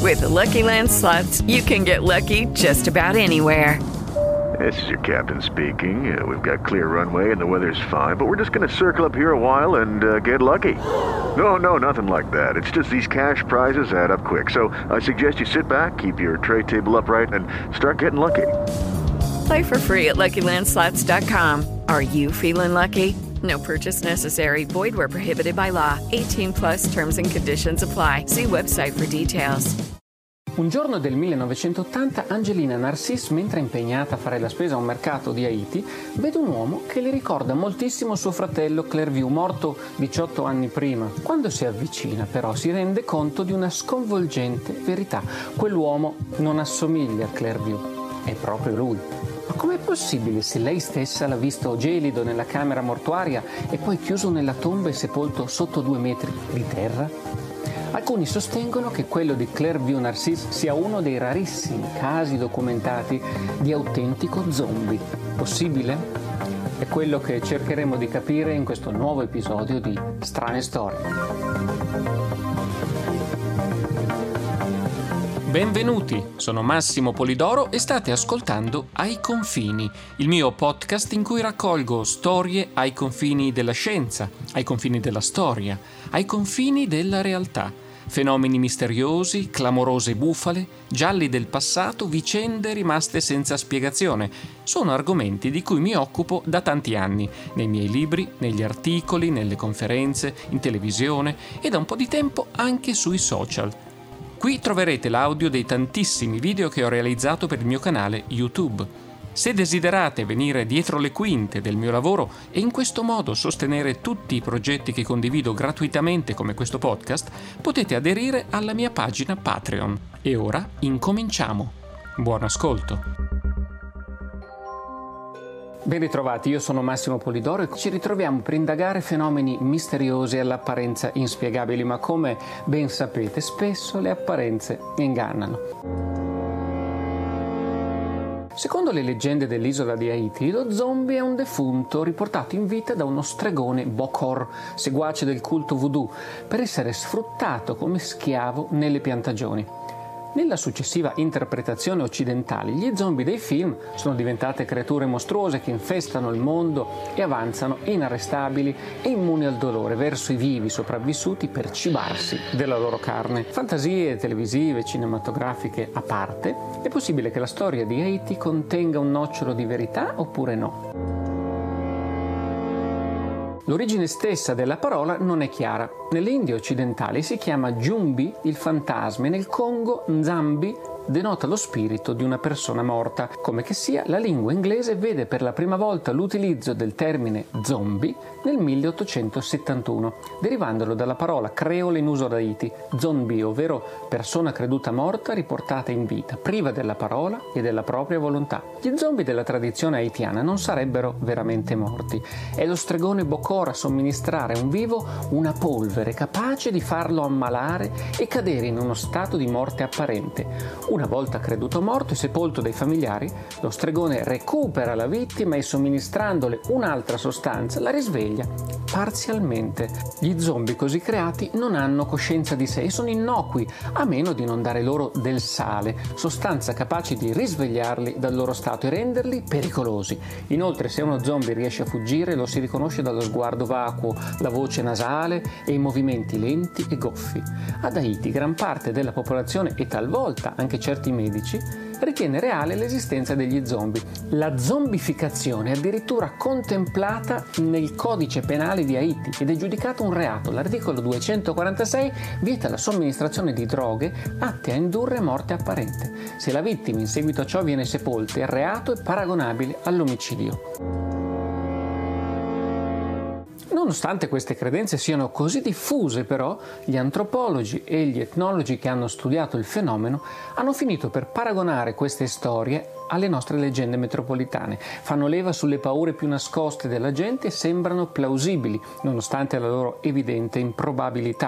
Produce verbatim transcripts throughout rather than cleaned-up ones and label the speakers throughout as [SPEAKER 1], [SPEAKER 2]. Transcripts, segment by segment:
[SPEAKER 1] With the Lucky Land Slots, you can get lucky just about anywhere.
[SPEAKER 2] This is your captain speaking. Uh, we've got clear runway and the weather's fine, but we're just going to circle up here a while and uh, get lucky. No, no, nothing like that. It's just these cash prizes add up quick. So I suggest you sit back, keep your tray table upright, and start getting lucky.
[SPEAKER 1] Play for free at Lucky Land Slots dot com. Are you feeling lucky? No purchase necessary. Void where prohibited by law. eighteen plus terms and conditions apply. See website for details.
[SPEAKER 3] Un giorno del millenovecentottanta, Angelina Narcisse, mentre è impegnata a fare la spesa a un mercato di Haiti, vede un uomo che le ricorda moltissimo suo fratello Clairview, morto diciotto anni prima. Quando si avvicina, però, si rende conto di una sconvolgente verità. Quell'uomo non assomiglia a Clairview, è proprio lui. Ma com'è possibile se lei stessa l'ha visto gelido nella camera mortuaria e poi chiuso nella tomba e sepolto sotto due metri di terra? Alcuni sostengono che quello di Clairview Narcisse sia uno dei rarissimi casi documentati di autentico zombie. Possibile? È quello che cercheremo di capire in questo nuovo episodio di Strane Storie. Benvenuti, sono Massimo Polidoro e state ascoltando Ai Confini, il mio podcast in cui raccolgo storie ai confini della scienza, ai confini della storia, ai confini della realtà. Fenomeni misteriosi, clamorose bufale, gialli del passato, vicende rimaste senza spiegazione. Sono argomenti di cui mi occupo da tanti anni, nei miei libri, negli articoli, nelle conferenze, in televisione e da un po' di tempo anche sui social. Qui troverete l'audio dei tantissimi video che ho realizzato per il mio canale YouTube. Se desiderate venire dietro le quinte del mio lavoro e in questo modo sostenere tutti i progetti che condivido gratuitamente come questo podcast, potete aderire alla mia pagina Patreon. E ora incominciamo. Buon ascolto. Ben ritrovati, io sono Massimo Polidoro e ci ritroviamo per indagare fenomeni misteriosi e all'apparenza inspiegabili, ma come ben sapete spesso le apparenze ingannano. Secondo le leggende dell'isola di Haiti, lo zombie è un defunto riportato in vita da uno stregone Bokor, seguace del culto voodoo, per essere sfruttato come schiavo nelle piantagioni. Nella successiva interpretazione occidentale, gli zombie dei film sono diventate creature mostruose che infestano il mondo e avanzano inarrestabili e immuni al dolore verso i vivi sopravvissuti per cibarsi della loro carne. Fantasie televisive, cinematografiche a parte, è possibile che la storia di Haiti contenga un nocciolo di verità oppure no? L'origine stessa della parola non è chiara. Nelle Indie occidentali si chiama Jumbi il fantasma e nel Congo Nzambi denota lo spirito di una persona morta. Come che sia, la lingua inglese vede per la prima volta l'utilizzo del termine zombie nel milleottocentosettantuno, derivandolo dalla parola creole in uso ad Haiti, zombie, ovvero persona creduta morta riportata in vita, priva della parola e della propria volontà. Gli zombie della tradizione haitiana non sarebbero veramente morti. È lo stregone Bokor a somministrare a un vivo una polvere capace di farlo ammalare e cadere in uno stato di morte apparente. Una volta creduto morto e sepolto dai familiari, lo stregone recupera la vittima e somministrandole un'altra sostanza la risveglia parzialmente. Gli zombie così creati non hanno coscienza di sé e sono innocui, a meno di non dare loro del sale, sostanza capace di risvegliarli dal loro stato e renderli pericolosi. Inoltre, se uno zombie riesce a fuggire, lo si riconosce dallo sguardo vacuo, la voce nasale e i movimenti lenti e goffi. Ad Haiti, gran parte della popolazione e talvolta anche certi medici ritiene reale l'esistenza degli zombie. La zombificazione è addirittura contemplata nel codice penale di Haiti ed è giudicato un reato. L'articolo duecentoquarantasei vieta la somministrazione di droghe atte a indurre morte apparente. Se la vittima in seguito a ciò viene sepolta, il reato è paragonabile all'omicidio. Nonostante queste credenze siano così diffuse, però, gli antropologi e gli etnologi che hanno studiato il fenomeno hanno finito per paragonare queste storie alle nostre leggende metropolitane. Fanno leva sulle paure più nascoste della gente e sembrano plausibili, nonostante la loro evidente improbabilità.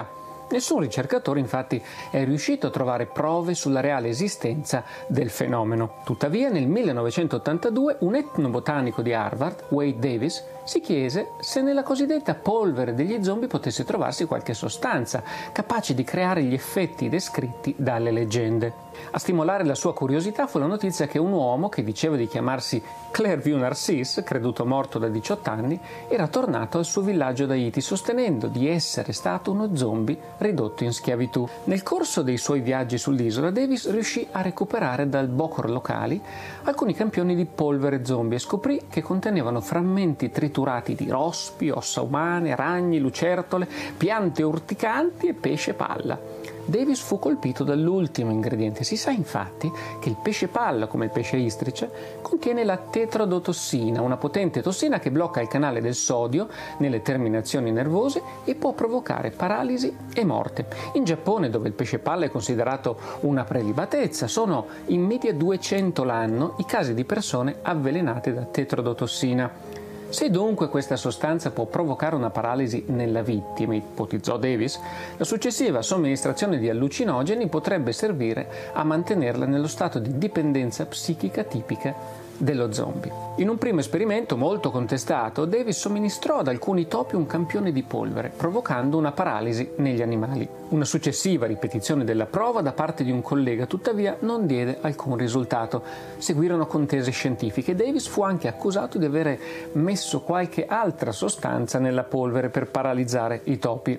[SPEAKER 3] Nessun ricercatore infatti è riuscito a trovare prove sulla reale esistenza del fenomeno. Tuttavia nel millenovecentottantadue un etnobotanico di Harvard, Wade Davis, si chiese se nella cosiddetta polvere degli zombie potesse trovarsi qualche sostanza capace di creare gli effetti descritti dalle leggende. A stimolare la sua curiosità fu la notizia che un uomo che diceva di chiamarsi Clairview Narcisse, creduto morto da diciotto anni, era tornato al suo villaggio d'Haiti sostenendo di essere stato uno zombie ridotto in schiavitù. Nel corso dei suoi viaggi sull'isola, Davis riuscì a recuperare dal bocor locali alcuni campioni di polvere zombie e scoprì che contenevano frammenti triturati di rospi, ossa umane, ragni, lucertole, piante urticanti e pesce palla. Davis fu colpito dall'ultimo ingrediente. Si sa infatti che il pesce palla, come il pesce istrice, contiene la tetrodotossina, una potente tossina che blocca il canale del sodio nelle terminazioni nervose e può provocare paralisi e morte. In Giappone, dove il pesce palla è considerato una prelibatezza, sono in media duecento l'anno i casi di persone avvelenate da tetrodotossina. Se dunque questa sostanza può provocare una paralisi nella vittima, ipotizzò Davis, la successiva somministrazione di allucinogeni potrebbe servire a mantenerla nello stato di dipendenza psichica tipica dello zombie. In un primo esperimento molto contestato, Davis somministrò ad alcuni topi un campione di polvere, provocando una paralisi negli animali. Una successiva ripetizione della prova da parte di un collega, tuttavia, non diede alcun risultato. Seguirono contese scientifiche e Davis fu anche accusato di avere messo qualche altra sostanza nella polvere per paralizzare i topi.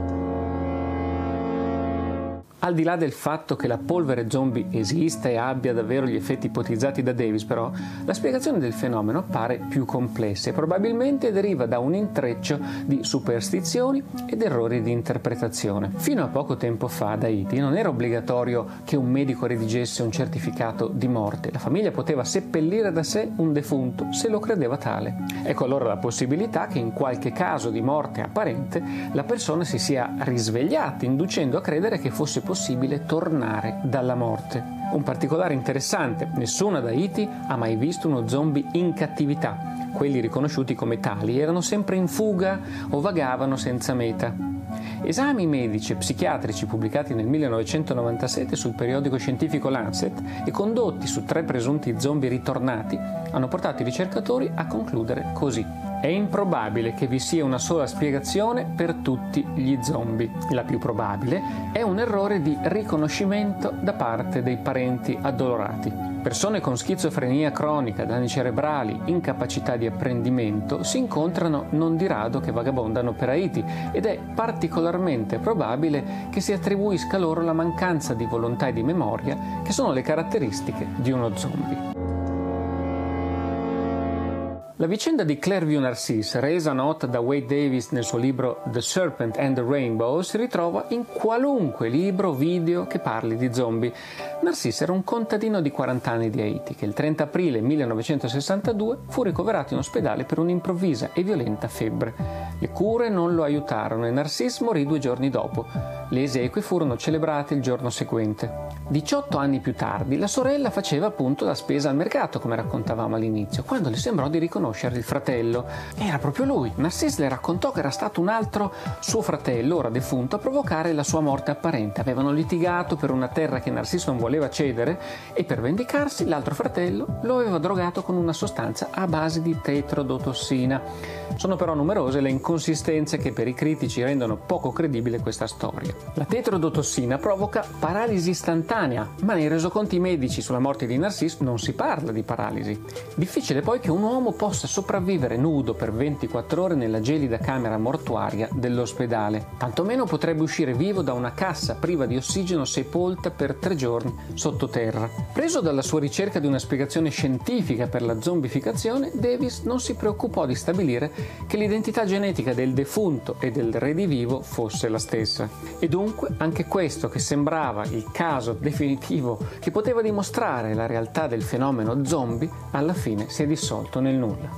[SPEAKER 3] Al di là del fatto che la polvere zombie esista e abbia davvero gli effetti ipotizzati da Davis, però, la spiegazione del fenomeno appare più complessa e probabilmente deriva da un intreccio di superstizioni ed errori di interpretazione. Fino a poco tempo fa ad Haiti non era obbligatorio che un medico redigesse un certificato di morte. La famiglia poteva seppellire da sé un defunto se lo credeva tale. Ecco allora la possibilità che in qualche caso di morte apparente la persona si sia risvegliata, inducendo a credere che fosse possibile tornare dalla morte. Un particolare interessante: nessuno ad Haiti ha mai visto uno zombie in cattività. Quelli riconosciuti come tali erano sempre in fuga o vagavano senza meta. Esami medici e psichiatrici pubblicati nel millenovecentonovantasette sul periodico scientifico Lancet e condotti su tre presunti zombie ritornati hanno portato i ricercatori a concludere così: è improbabile che vi sia una sola spiegazione per tutti gli zombie. La più probabile è un errore di riconoscimento da parte dei parenti addolorati. Persone con schizofrenia cronica, danni cerebrali, incapacità di apprendimento si incontrano non di rado che vagabondano per Haiti ed è particolarmente probabile che si attribuisca loro la mancanza di volontà e di memoria che sono le caratteristiche di uno zombie. La vicenda di Clairview Narcisse, resa nota da Wade Davis nel suo libro The Serpent and the Rainbow, si ritrova in qualunque libro o video che parli di zombie. Narcisse era un contadino di quaranta anni di Haiti che il trenta aprile millenovecentosessantadue fu ricoverato in ospedale per un'improvvisa e violenta febbre. Le cure non lo aiutarono e Narcisse morì due giorni dopo. Le esequie furono celebrate il giorno seguente. diciotto anni più tardi la sorella faceva appunto la spesa al mercato, come raccontavamo all'inizio, quando le sembrò di riconoscere il fratello. Era proprio lui. Narcisse le raccontò che era stato un altro suo fratello, ora defunto, a provocare la sua morte apparente. Avevano litigato per una terra che Narcisse non voleva cedere e per vendicarsi l'altro fratello lo aveva drogato con una sostanza a base di tetrodotossina. Sono però numerose le inconsistenze che per i critici rendono poco credibile questa storia. La tetrodotossina provoca paralisi istantanea, ma nei resoconti medici sulla morte di Narcisse non si parla di paralisi. Difficile poi che un uomo possa sopravvivere nudo per ventiquattro ore nella gelida camera mortuaria dell'ospedale. Tantomeno potrebbe uscire vivo da una cassa priva di ossigeno sepolta per tre giorni sottoterra. Preso dalla sua ricerca di una spiegazione scientifica per la zombificazione, Davis non si preoccupò di stabilire che l'identità genetica del defunto e del redivivo fosse la stessa. E dunque anche questo, che sembrava il caso definitivo che poteva dimostrare la realtà del fenomeno zombie, alla fine si è dissolto nel nulla.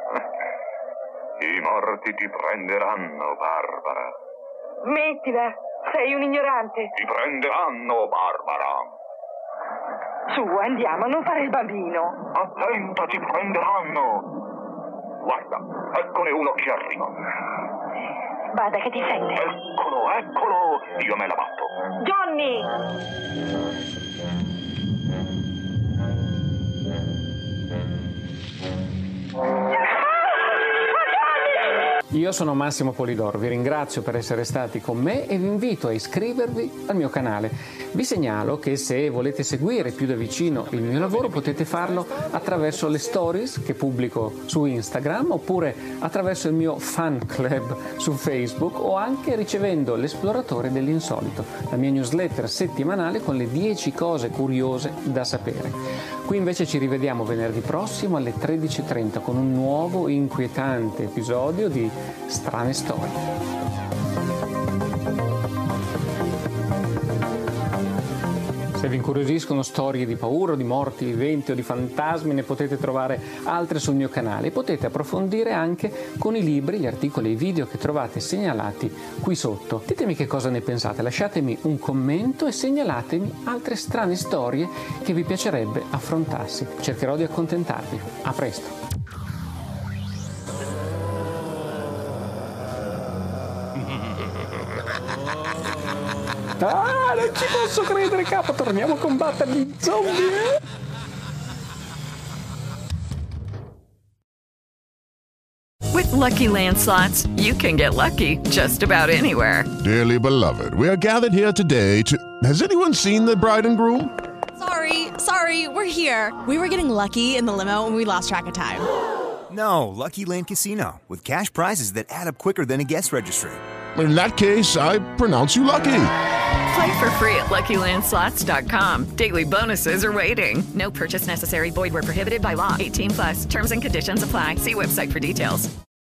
[SPEAKER 4] I morti ti prenderanno, Barbara.
[SPEAKER 5] Smettila, sei un ignorante.
[SPEAKER 4] Ti prenderanno, Barbara.
[SPEAKER 5] Su, andiamo, non fare il bambino.
[SPEAKER 4] Attenta, ti prenderanno. Guarda, eccone uno che arriva.
[SPEAKER 5] Bada che ti sente.
[SPEAKER 4] Eccolo, eccolo! Io me la batto.
[SPEAKER 5] Johnny!
[SPEAKER 3] Io sono Massimo Polidoro, vi ringrazio per essere stati con me e vi invito a iscrivervi al mio canale. Vi segnalo che se volete seguire più da vicino il mio lavoro potete farlo attraverso le stories che pubblico su Instagram oppure attraverso il mio fan club su Facebook o anche ricevendo l'Esploratore dell'Insolito, la mia newsletter settimanale con le dieci cose curiose da sapere. Qui invece ci rivediamo venerdì prossimo alle tredici e trenta con un nuovo inquietante episodio di Strane Storie. Se vi incuriosiscono storie di paura, di morti viventi o di fantasmi, ne potete trovare altre sul mio canale e potete approfondire anche con i libri, gli articoli e i video che trovate segnalati qui sotto. Ditemi che cosa ne pensate, lasciatemi un commento e segnalatemi altre strane storie che vi piacerebbe affrontarsi. Cercherò di accontentarvi. A presto! Ah, non ci posso credere, capo! Torniamo a combattere gli zombie!
[SPEAKER 1] With Lucky Land Slots, you can get lucky just about anywhere.
[SPEAKER 6] Dearly beloved, we are gathered here today to... Has anyone seen the bride and groom?
[SPEAKER 7] Sorry, sorry, we're here. We were getting lucky in the limo and we lost track of time.
[SPEAKER 8] No, Lucky Land Casino, with cash prizes that add up quicker than a guest registry.
[SPEAKER 6] In that case, I pronounce you lucky.
[SPEAKER 1] Play for free at Lucky Land Slots dot com. Daily bonuses are waiting. No purchase necessary. Void where prohibited by law. eighteen plus. Terms and conditions apply. See website for details.